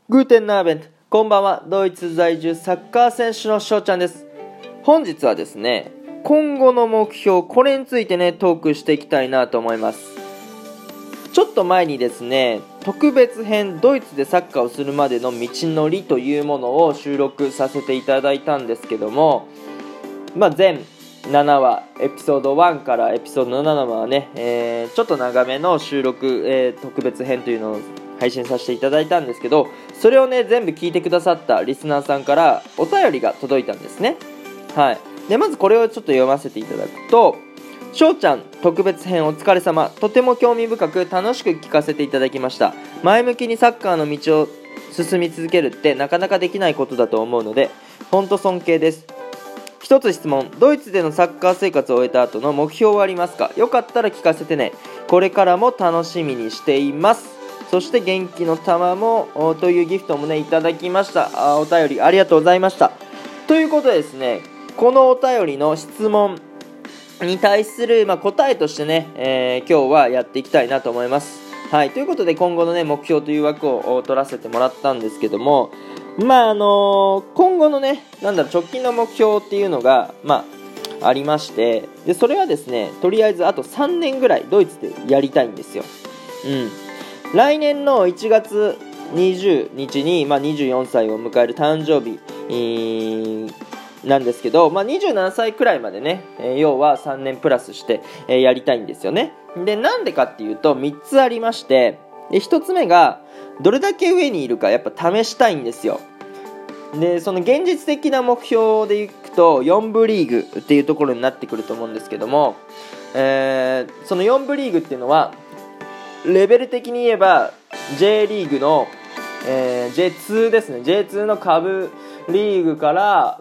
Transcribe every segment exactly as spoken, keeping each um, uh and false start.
グーテンナーベント、こんばんは。ドイツ在住サッカー選手の翔ちゃんです。本日はですね、今後の目標、これについてねトークしていきたいなと思います。ちょっと前にですね、特別編ドイツでサッカーをするまでの道のりというものを収録させていただいたんですけども、まあ、全ななわ、エピソードワンからエピソードななわはね、えー、ちょっと長めの収録、えー、特別編というのを配信させていただいたんですけど、それをね全部聞いてくださったリスナーさんからお便りが届いたんですね。はい。でまずこれをちょっと読ませていただくと、翔ちゃん特別編お疲れ様、とても興味深く楽しく聞かせていただきました。前向きにサッカーの道を進み続けるってなかなかできないことだと思うので本当尊敬です。一つ質問、ドイツでのサッカー生活を終えた後の目標はありますか？よかったら聞かせてね。これからも楽しみにしています。そして元気の玉もというギフトもねいただきました。あ、お便りありがとうございました。ということでですね、このお便りの質問に対する、まあ、答えとしてね、えー、今日はやっていきたいなと思います。はい、ということで今後のね目標という枠を取らせてもらったんですけども、まああのー、今後のねなんだろう直近の目標っていうのがまあありまして、でそれはですね、とりあえずあとさんねんぐらいドイツでやりたいんですよ。うん来年のいちがつにじゅうにちに、まあ、にじゅうよんさいを迎える誕生日、えー、なんですけど、まあ、にじゅうななさいくらいまでね、えー、要はさんねんプラスして、えー、やりたいんですよね。でなんでかっていうとみっつありまして、でひとつめがどれだけ上にいるかやっぱ試したいんですよ。でその現実的な目標でいくとよんぶリーグっていうところになってくると思うんですけども、えー、そのよんぶリーグっていうのはレベル的に言えば J リーグの、えー、ジェイツー ですね。 ジェイツー の下部リーグから、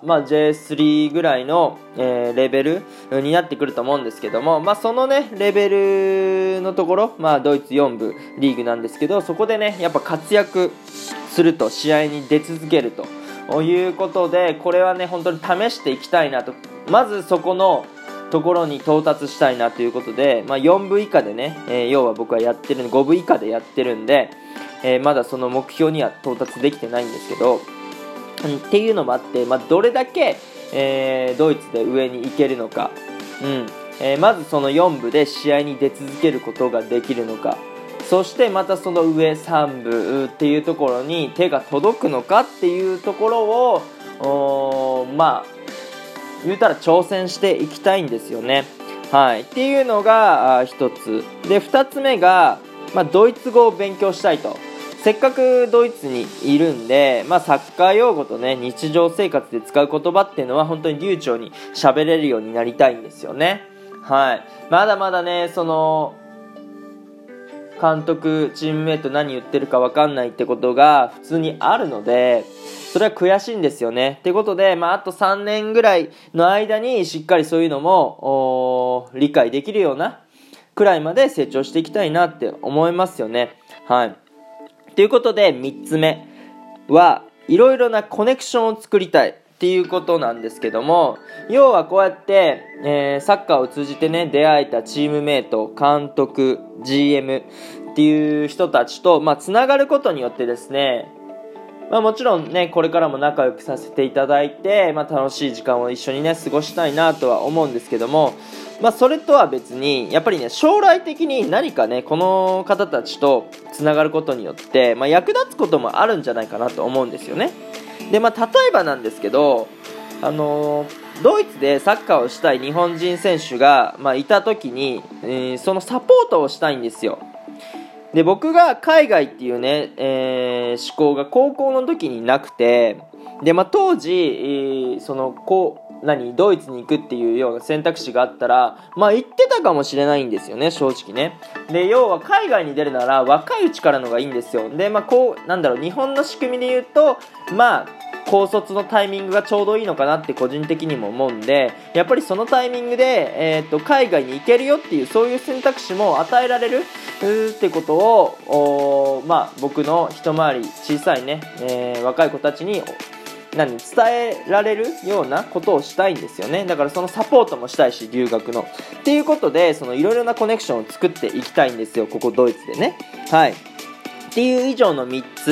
まあ、ジェイスリー ぐらいの、えー、レベルになってくると思うんですけども、まあ、そのねレベルのところ、まあ、ドイツよんぶリーグなんですけど、そこでねやっぱ活躍すると、試合に出続けるということで、これはね本当に試していきたいなと。まずそこのところに到達したいなということで、まあ、よんぶ以下でね、えー、要は僕はやってるごぶ以下でやってるんで、えー、まだその目標には到達できてないんですけど、っていうのもあって、まあ、どれだけ、えー、ドイツで上に行けるのか、うんえー、まずそのよんぶで試合に出続けることができるのか、そしてまたその上さんぶっていうところに手が届くのかっていうところをまあ言うたら挑戦していきたいんですよね。はい、っていうのが一つで、二つ目が、まあ、ドイツ語を勉強したいと。せっかくドイツにいるんで、まあ、サッカー用語とね日常生活で使う言葉っていうのは本当に流暢に喋れるようになりたいんですよね。はい、まだまだねその監督チームメイト何言ってるか分かんないってことが普通にあるので、それは悔しいんですよね。ってことで、まあ、あとさんねんぐらいの間にしっかりそういうのも理解できるようなくらいまで成長していきたいなって思いますよね。はい。ということでみっつめはいろいろなコネクションを作りたいっていうことなんですけども、要はこうやって、えー、サッカーを通じてね出会えたチームメイト、監督、ジーエム っていう人たちと、まあ、つながることによってですね、まあ、もちろんねこれからも仲良くさせていただいて、まあ、楽しい時間を一緒にね過ごしたいなとは思うんですけども、まあ、それとは別にやっぱりね将来的に何かねこの方たちとつながることによって、まあ、役立つこともあるんじゃないかなと思うんですよね。で、まあ、例えばなんですけど、あのー、ドイツでサッカーをしたい日本人選手が、まあ、いた時に、えー、そのサポートをしたいんですよ。で僕が海外っていうね、えー、思考が高校の時になくて、で、まあ、当時、えー、そのこう何ドイツに行くっていうような選択肢があったら、まあ、行ってたかもしれないんですよね、正直ね。で要は海外に出るなら若いうちからのがいいんですよ。で、まあ、こうなんだろう日本の仕組みで言うと、まあ高卒のタイミングがちょうどいいのかなって個人的にも思うんで、やっぱりそのタイミングで、えー、と海外に行けるよっていうそういう選択肢も与えられるってことを、まあ、僕の一回り小さいね、えー、若い子たちに何伝えられるようなことをしたいんですよね。だからそのサポートもしたいし、留学のっていうことでそのいろいろなコネクションを作っていきたいんですよ、ここドイツでね。はいっていう以上のみっつ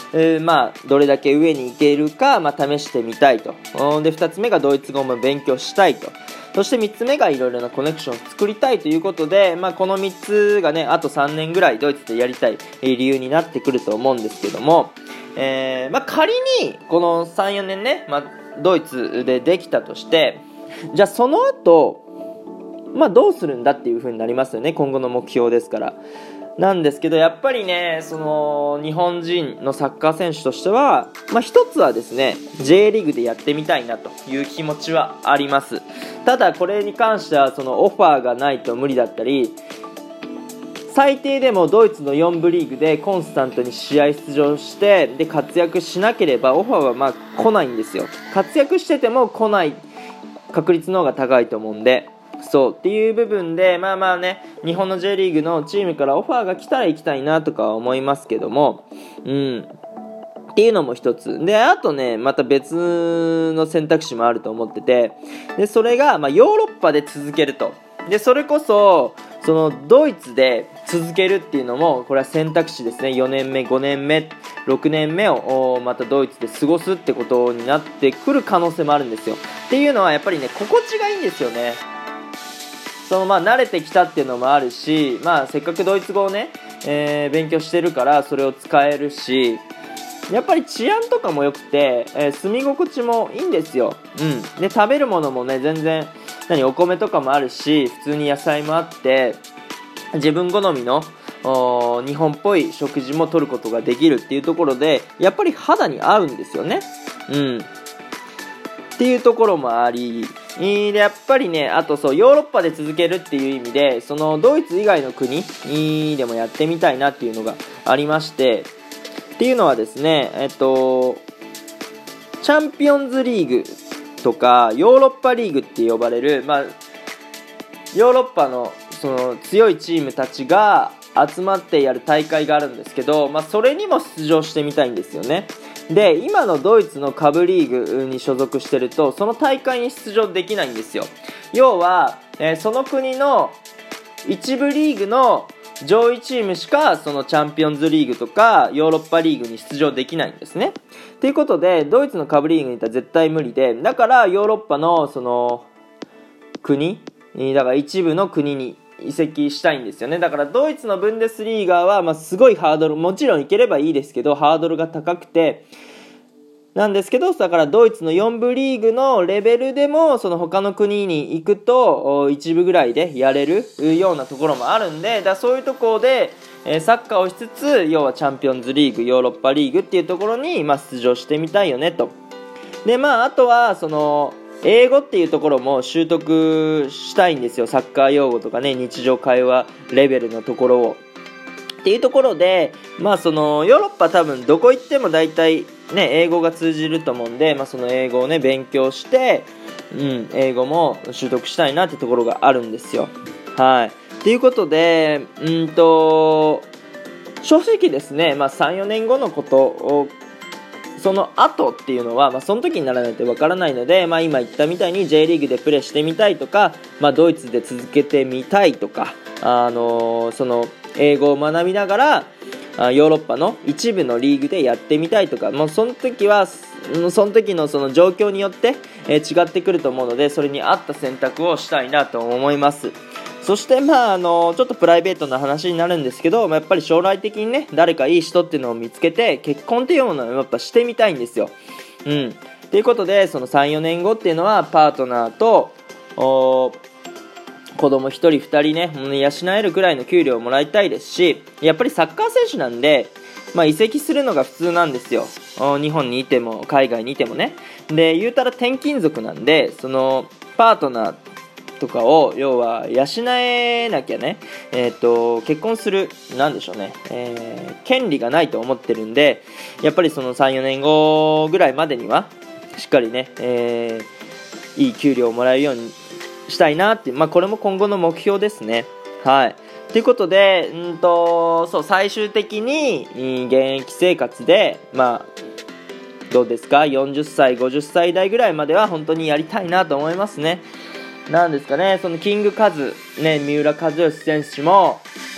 えー、まあどれだけ上に行けるか、まあ、試してみたいと。でふたつめがドイツ語も勉強したいと。そしてみっつめがいろいろなコネクションを作りたいということで、まあ、このみっつがねあとさんねんぐらいドイツでやりたい理由になってくると思うんですけども、えーまあ、仮にこの さんよねんね、まあ、ドイツでできたとして、じゃあその後、まあ、どうするんだっていう風になりますよね。今後の目標ですからなんですけど、やっぱりねその日本人のサッカー選手としては、まあ、一つはですね J リーグでやってみたいなという気持ちはあります。ただこれに関してはそのオファーがないと無理だったり、最低でもドイツのよん部リーグでコンスタントに試合出場してで活躍しなければオファーはまあ来ないんですよ。活躍してても来ない確率の方が高いと思うんで、そうっていう部分でまあまあね日本の J リーグのチームからオファーが来たら行きたいなとかは思いますけども、うんっていうのも一つで、あとねまた別の選択肢もあると思ってて、でそれがまあヨーロッパで続けると。でそれこそそのドイツで続けるっていうのもこれは選択肢ですね。よねんめごねんめろくねんめをまたドイツで過ごすってことになってくる可能性もあるんですよ。っていうのはやっぱりね心地がいいんですよね。そのまあ慣れてきたっていうのもあるし、まあ、せっかくドイツ語をね、えー、勉強してるからそれを使えるし、やっぱり治安とかも良くて、えー、住み心地もいいんですよ、うん、で食べるものもね全然何お米とかもあるし普通に野菜もあって自分好みの日本っぽい食事も取ることができるっていうところでやっぱり肌に合うんですよね、うんっていうところもあり、でやっぱりねあとそうヨーロッパで続けるっていう意味でそのドイツ以外の国でもやってみたいなっていうのがありまして、っていうのはですねえっとチャンピオンズリーグとかヨーロッパリーグって呼ばれる、まあ、ヨーロッパのその強いチームたちが集まってやる大会があるんですけど、まあ、それにも出場してみたいんですよね。で今のドイツの下部リーグに所属してるとその大会に出場できないんですよ。要は、えー、その国の一部リーグの上位チームしかそのチャンピオンズリーグとかヨーロッパリーグに出場できないんですね。ということでドイツの下部リーグにいたら絶対無理で、だからヨーロッパのその国だから一部の国に移籍したいんですよね。だからドイツのブンデスリーガはまあすごいハードル、もちろんいければいいですけどハードルが高くてなんですけど、だからドイツのよん部リーグのレベルでもその他の国に行くといち部ぐらいでやれるようなところもあるんで、だからそういうところでサッカーをしつつ要はチャンピオンズリーグヨーロッパリーグっていうところにまあ出場してみたいよねと。でまああとはその英語っていうところも習得したいんですよ。サッカー用語とかね日常会話レベルのところをっていうところで、まあそのヨーロッパ多分どこ行っても大体ね英語が通じると思うんで、まあ、その英語をね勉強して、うん、英語も習得したいなってところがあるんですよ。はいということでうんと正直ですね、まあ、さんよねんごのことをその後っていうのは、まあ、その時にならないとわからないので、まあ、今言ったみたいに J リーグでプレーしてみたいとか、まあ、ドイツで続けてみたいとか、あのー、その英語を学びながらヨーロッパの一部のリーグでやってみたいとか、もうその時はその時のその状況によって、えー、違ってくると思うのでそれに合った選択をしたいなと思います。そしてまああのちょっとプライベートな話になるんですけど、まあ、やっぱり将来的にね誰かいい人っていうのを見つけて結婚っていうものをやっぱしてみたいんですよ。うんということでその さんよねんごっていうのはパートナーと子供ひとりふたりね養えるくらいの給料をもらいたいですし、やっぱりサッカー選手なんで、まあ、移籍するのが普通なんですよ。日本にいても海外にいてもね。で言うたら転勤族なんでそのパートナーとかを要は養えなきゃね、えー、と結婚するなんでしょうね、えー、権利がないと思ってるんで、やっぱりその さんよねんごぐらいまでにはしっかりね、えー、いい給料をもらえるようにしたいなっていう、まあ、これも今後の目標ですね。はいということでうんとそう最終的に現役生活でまあどうですかよんじゅっさいごじゅっさい代ぐらいまでは本当にやりたいなと思いますね。なんですかねそのキングカズ、ね、三浦知良選手も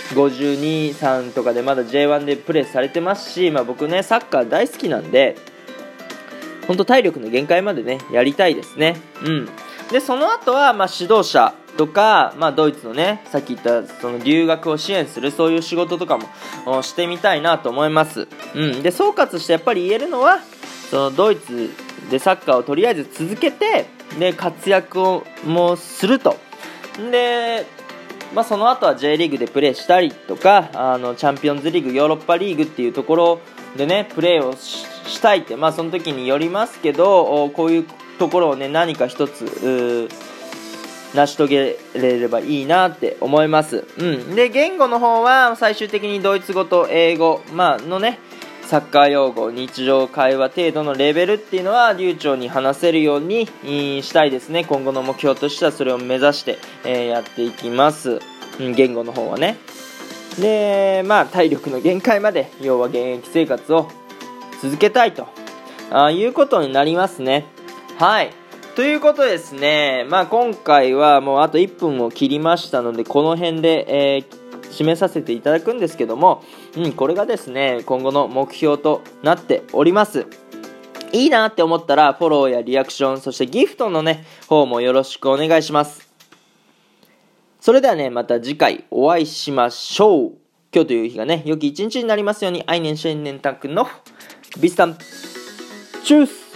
ごじゅうに、さんとかでまだ ジェイワン でプレーされてますし、まあ、僕ねサッカー大好きなんで本当体力の限界までねやりたいですね。うんでその後はまあ指導者とか、まあ、ドイツのねさっき言ったその留学を支援するそういう仕事とかもしてみたいなと思います。うんで総括してやっぱり言えるのはそのドイツでサッカーをとりあえず続けてで活躍をもするとで、まあ、その後は J リーグでプレーしたりとかあのチャンピオンズリーグヨーロッパリーグっていうところでねプレーを し, したいって、まあ、その時によりますけどこういうところをね何か一つ成し遂げれればいいなって思います。うん、で言語の方は最終的にドイツ語と英語、まあのねサッカー用語日常会話程度のレベルっていうのは流暢に話せるようにしたいですね。今後の目標としてはそれを目指して、えー、やっていきます、うん、言語の方はね。でまあ体力の限界まで要は現役生活を続けたいとあいうことになりますね。はいということですね、まあ、今回はもうあといっぷんを切りましたのでこの辺で、えー、締めさせていただくんですけども、うん、これがですね今後の目標となっております。いいなって思ったらフォローやリアクションそしてギフトのね方もよろしくお願いします。それではねまた次回お会いしましょう。今日という日がね良き一日になりますように。アイネンシェンネンタンクのビスタンチュース